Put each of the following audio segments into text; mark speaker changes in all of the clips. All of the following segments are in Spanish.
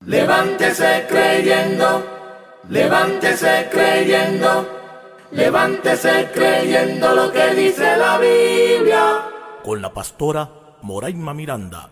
Speaker 1: Levántese creyendo, levántese creyendo, levántese creyendo lo que dice la Biblia.
Speaker 2: Con la pastora Moraima Miranda.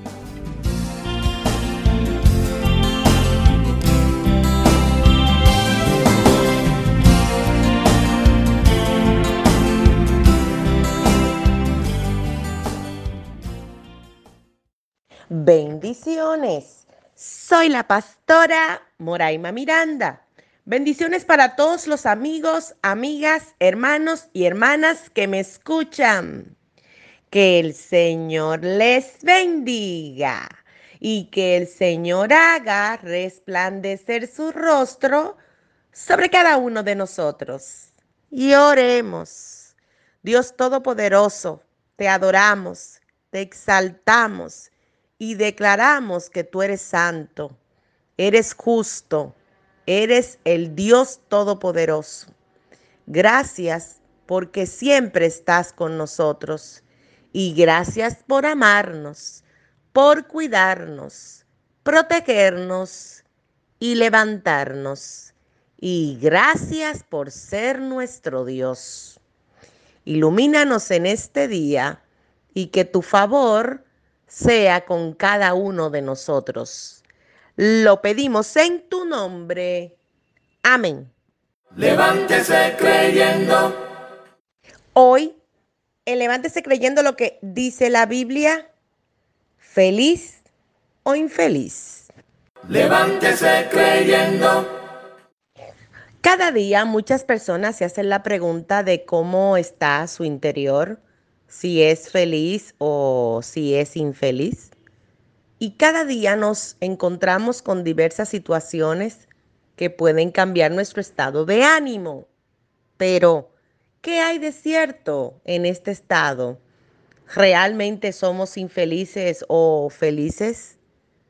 Speaker 3: Bendiciones. Soy la pastora Moraima Miranda. Bendiciones para todos los amigos, amigas, hermanos y hermanas que me escuchan. Que el Señor les bendiga y que el Señor haga resplandecer su rostro sobre cada uno de nosotros. Y oremos. Dios Todopoderoso, te adoramos, te exaltamos y declaramos que tú eres santo, eres justo, eres el Dios Todopoderoso. Gracias porque siempre estás con nosotros y gracias por amarnos, por cuidarnos, protegernos y levantarnos. Y gracias por ser nuestro Dios. Ilumínanos en este día y que tu favor sea con cada uno de nosotros. Lo pedimos en tu nombre. Amén.
Speaker 1: Levántese creyendo.
Speaker 3: Hoy, levántese creyendo lo que dice la Biblia, feliz o infeliz.
Speaker 1: Levántese creyendo.
Speaker 3: Cada día muchas personas se hacen la pregunta de cómo está su interior, si es feliz o si es infeliz. Y cada día nos encontramos con diversas situaciones que pueden cambiar nuestro estado de ánimo. Pero, ¿qué hay de cierto en este estado? ¿Realmente somos infelices o felices?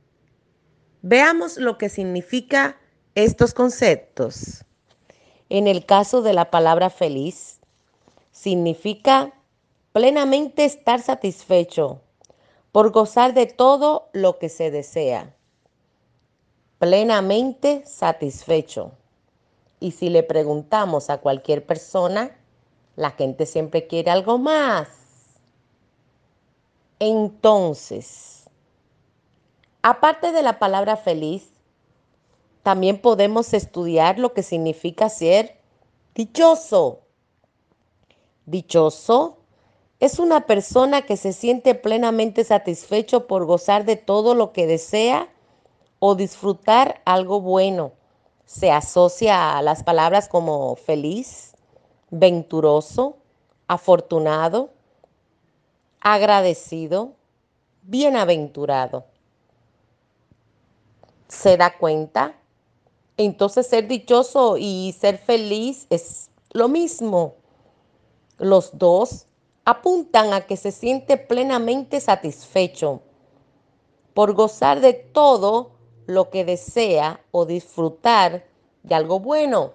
Speaker 3: Veamos lo que significa estos conceptos. En el caso de la palabra feliz, significa plenamente estar satisfecho por gozar de todo lo que se desea. Plenamente satisfecho. Y si le preguntamos a cualquier persona, la gente siempre quiere algo más. Entonces, aparte de la palabra feliz, también podemos estudiar lo que significa ser dichoso. Dichoso es una persona que se siente plenamente satisfecho por gozar de todo lo que desea o disfrutar algo bueno. Se asocia a las palabras como feliz, venturoso, afortunado, agradecido, bienaventurado. ¿Se da cuenta? Entonces ser dichoso y ser feliz es lo mismo. Los dos apuntan a que se siente plenamente satisfecho por gozar de todo lo que desea o disfrutar de algo bueno.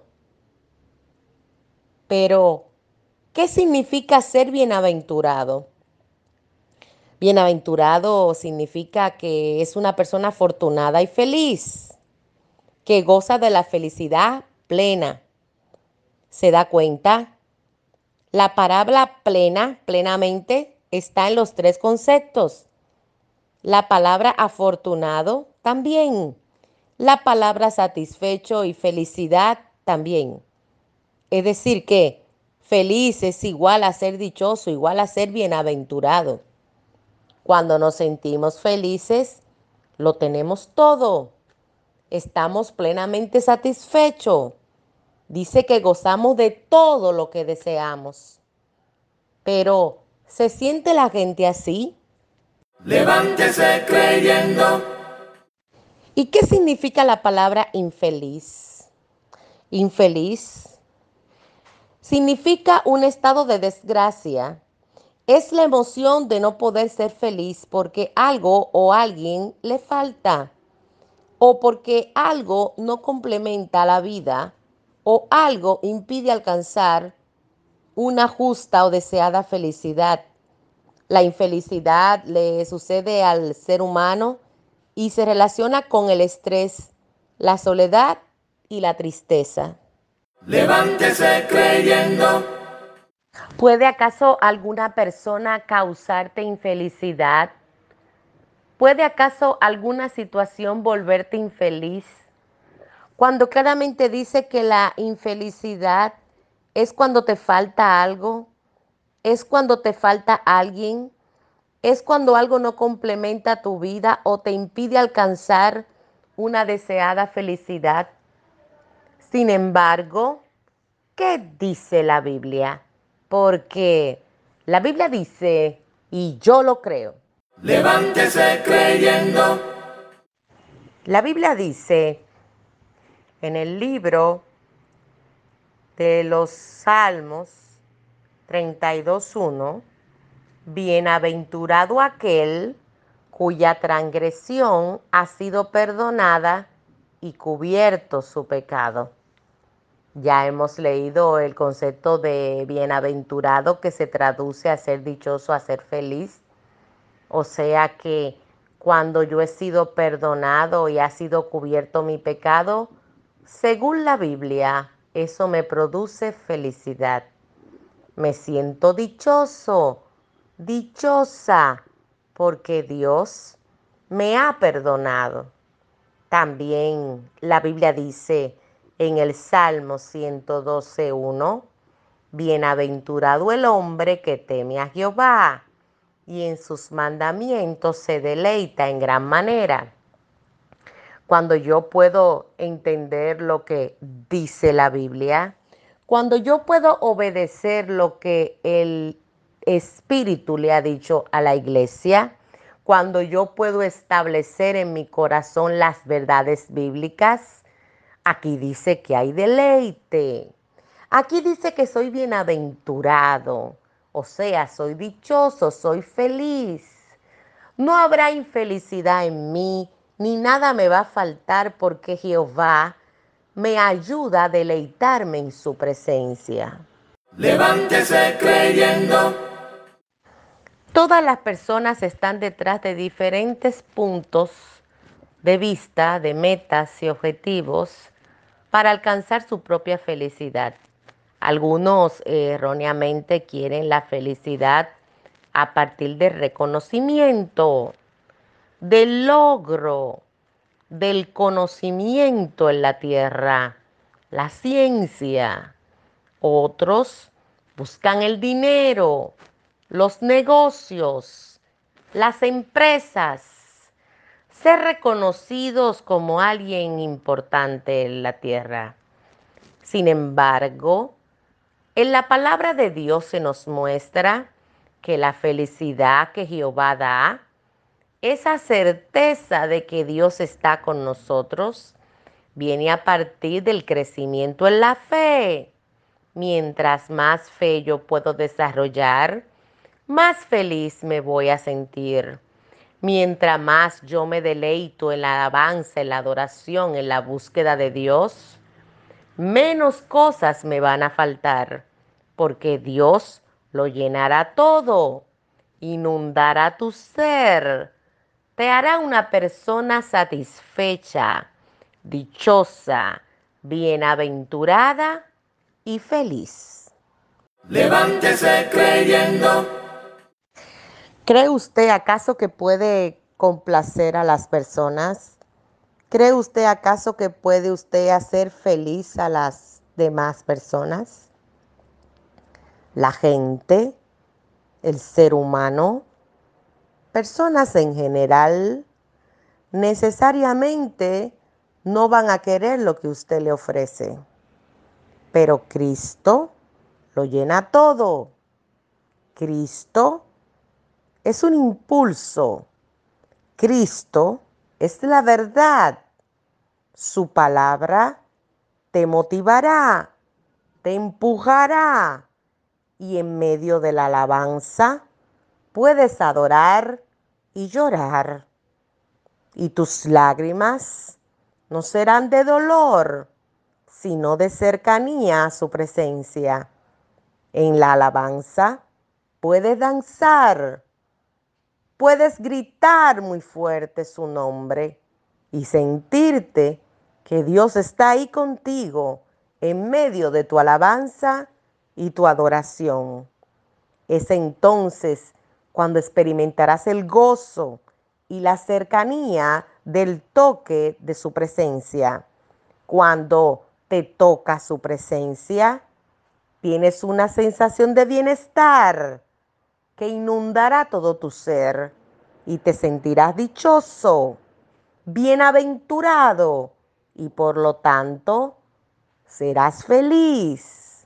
Speaker 3: Pero, ¿qué significa ser bienaventurado? Bienaventurado significa que es una persona afortunada y feliz, que goza de la felicidad plena. ¿Se da cuenta? La palabra plena, plenamente, está en los tres conceptos. La palabra afortunado también. La palabra satisfecho y felicidad también. Es decir que feliz es igual a ser dichoso, igual a ser bienaventurado. Cuando nos sentimos felices, lo tenemos todo. Estamos plenamente satisfechos. Dice que gozamos de todo lo que deseamos. Pero, ¿se siente la gente así?
Speaker 1: Levántese creyendo.
Speaker 3: ¿Y qué significa la palabra infeliz? Infeliz significa un estado de desgracia. Es la emoción de no poder ser feliz porque algo o alguien le falta, o porque algo no complementa la vida, o algo impide alcanzar una justa o deseada felicidad. La infelicidad le sucede al ser humano y se relaciona con el estrés, la soledad y la tristeza.
Speaker 1: Levántese creyendo.
Speaker 3: ¿Puede acaso alguna persona causarte infelicidad? ¿Puede acaso alguna situación volverte infeliz? Cuando claramente dice que la infelicidad es cuando te falta algo, es cuando te falta alguien, es cuando algo no complementa tu vida o te impide alcanzar una deseada felicidad. Sin embargo, ¿qué dice la Biblia? Porque la Biblia dice, y yo lo creo,
Speaker 1: Levántese creyendo.
Speaker 3: la Biblia dice en el libro de los Salmos 32:1, bienaventurado aquel cuya transgresión ha sido perdonada y cubierto su pecado. Ya hemos leído el concepto de bienaventurado, que se traduce a ser dichoso, a ser feliz. O sea que cuando yo he sido perdonado y ha sido cubierto mi pecado, según la Biblia, eso me produce felicidad. Me siento dichoso, dichosa, porque Dios me ha perdonado. También la Biblia dice en el Salmo 112:1, bienaventurado el hombre que teme a Jehová y en sus mandamientos se deleita en gran manera. Cuando yo puedo entender lo que dice la Biblia, cuando yo puedo obedecer lo que el Espíritu le ha dicho a la iglesia, cuando yo puedo establecer en mi corazón las verdades bíblicas, aquí dice que hay deleite. Aquí dice que soy bienaventurado, o sea, soy dichoso, soy feliz. No habrá infelicidad en mí, ni nada me va a faltar porque Jehová me ayuda a deleitarme en su presencia.
Speaker 1: Levántese creyendo.
Speaker 3: Todas las personas están detrás de diferentes puntos de vista, de metas y objetivos para alcanzar su propia felicidad. Algunos erróneamente quieren la felicidad a partir del reconocimiento, del logro, del conocimiento en la tierra, la ciencia. Otros buscan el dinero, los negocios, las empresas, ser reconocidos como alguien importante en la tierra. Sin embargo, en la palabra de Dios se nos muestra que la felicidad que Jehová da, esa certeza de que Dios está con nosotros, viene a partir del crecimiento en la fe. Mientras más fe yo puedo desarrollar, más feliz me voy a sentir. Mientras más yo me deleito en la alabanza, en la adoración, en la búsqueda de Dios, menos cosas me van a faltar, porque Dios lo llenará todo, inundará tu ser, te hará una persona satisfecha, dichosa, bienaventurada y feliz.
Speaker 1: Levántese creyendo.
Speaker 3: ¿Cree usted acaso que puede complacer a las personas? ¿Cree usted acaso que puede usted hacer feliz a las demás personas? La gente, el ser humano, personas en general, necesariamente no van a querer lo que usted le ofrece. Pero Cristo lo llena todo. Cristo es un impulso. Cristo es la verdad. Su palabra te motivará, te empujará y en medio de la alabanza puedes adorar y llorar. Y tus lágrimas no serán de dolor, sino de cercanía a su presencia. En la alabanza puedes danzar, Puedes gritar muy fuerte su nombre y sentirte que Dios está ahí contigo en medio de tu alabanza y tu adoración. Es entonces cuando experimentarás el gozo y la cercanía del toque de su presencia. Cuando te toca su presencia, tienes una sensación de bienestar que inundará todo tu ser y te sentirás dichoso, bienaventurado y por lo tanto serás feliz.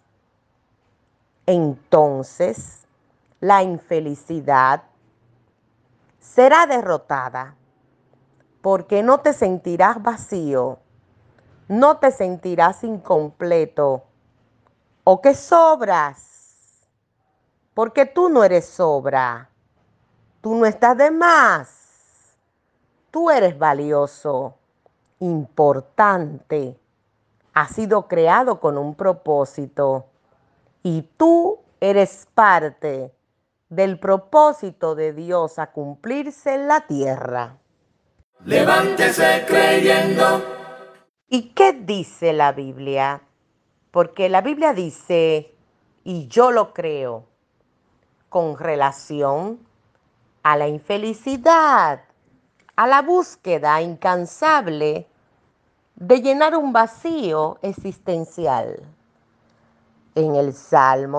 Speaker 3: Entonces, la infelicidad será derrotada porque no te sentirás vacío, no te sentirás incompleto o que sobras, porque tú no eres sobra, tú no estás de más, tú eres valioso, importante, has sido creado con un propósito y tú eres parte del propósito de Dios a cumplirse en la tierra.
Speaker 1: Levántese creyendo.
Speaker 3: ¿Y qué dice la Biblia? Porque la Biblia dice, y yo lo creo, con relación a la infelicidad, a la búsqueda incansable de llenar un vacío existencial. En el Salmo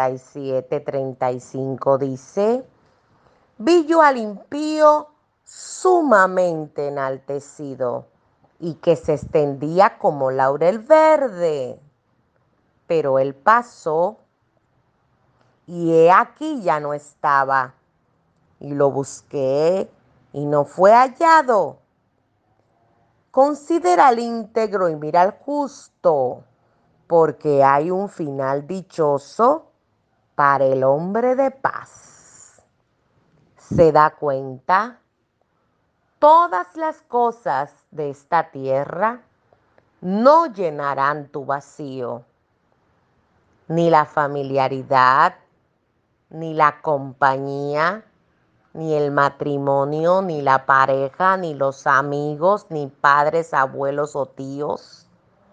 Speaker 3: 37-35 dice, vi yo al impío sumamente enaltecido y que se extendía como laurel verde. Pero él pasó y he aquí ya no estaba. Y lo busqué y no fue hallado. Considera al íntegro y mira al justo, porque hay un final dichoso para el hombre de paz. ¿Se da cuenta? Todas las cosas de esta tierra no llenarán tu vacío, ni la familiaridad, ni la compañía, ni el matrimonio, ni la pareja, ni los amigos, ni padres, abuelos o tíos.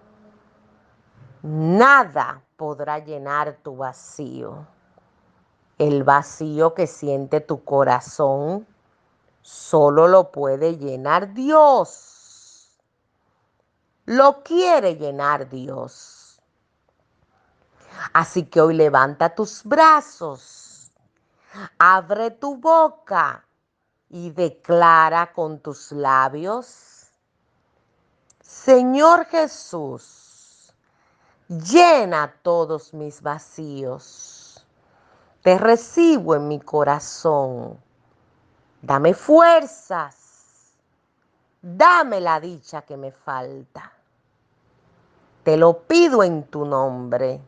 Speaker 3: Nada podrá llenar tu vacío. El vacío que siente tu corazón solo lo puede llenar Dios. Lo quiere llenar Dios. Así que hoy levanta tus brazos, abre tu boca y declara con tus labios, Señor Jesús, llena todos mis vacíos. Te recibo en mi corazón. Dame fuerzas. Dame la dicha que me falta. Te lo pido en tu nombre.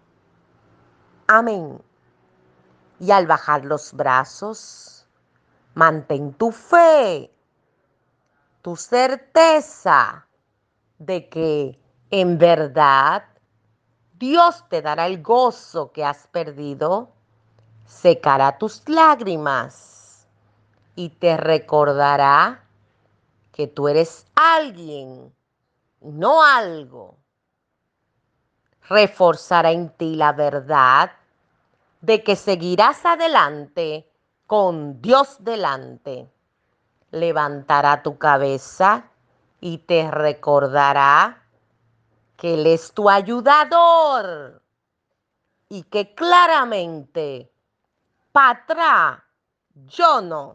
Speaker 3: Amén. Y al bajar los brazos, mantén tu fe, tu certeza de que en verdad Dios te dará el gozo que has perdido, secará tus lágrimas y te recordará que tú eres alguien, no algo. Reforzará en ti la verdad de que seguirás adelante con Dios delante. Levantará tu cabeza y te recordará que Él es tu ayudador y que claramente, patrá, yo no.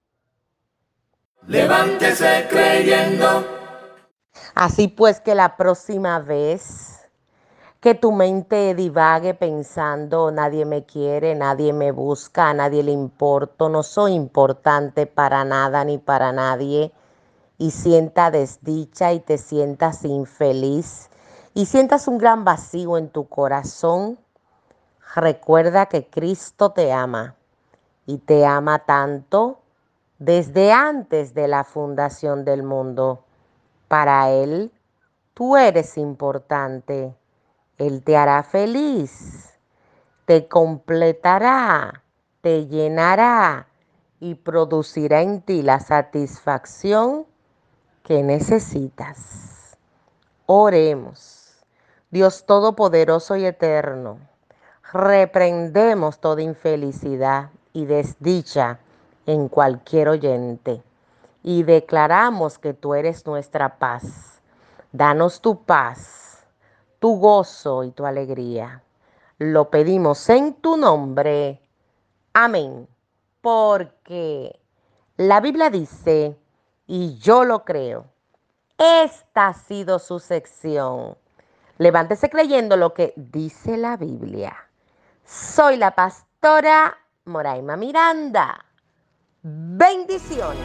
Speaker 1: Levántese creyendo.
Speaker 3: Así pues que la próxima vez que tu mente divague pensando, nadie me quiere, nadie me busca, a nadie le importo, no soy importante para nada ni para nadie, y sienta desdicha y te sientas infeliz y sientas un gran vacío en tu corazón, recuerda que Cristo te ama y te ama tanto desde antes de la fundación del mundo. Para Él, tú eres importante. Él te hará feliz, te completará, te llenará y producirá en ti la satisfacción que necesitas. Oremos. Dios Todopoderoso y Eterno, reprendemos toda infelicidad y desdicha en cualquier oyente y declaramos que tú eres nuestra paz. Danos tu paz, tu gozo y tu alegría. Lo pedimos en tu nombre. Amén. Porque la Biblia dice, y yo lo creo, esta ha sido su sección. Levántese creyendo lo que dice la Biblia. Soy la pastora Moraima Miranda. Bendiciones.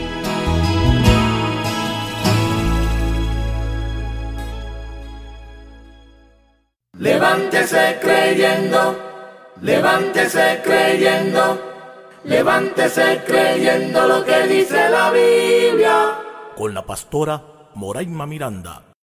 Speaker 1: Levántese creyendo, levántese creyendo, levántese creyendo lo que dice la Biblia.
Speaker 2: Con la pastora Moraima Miranda.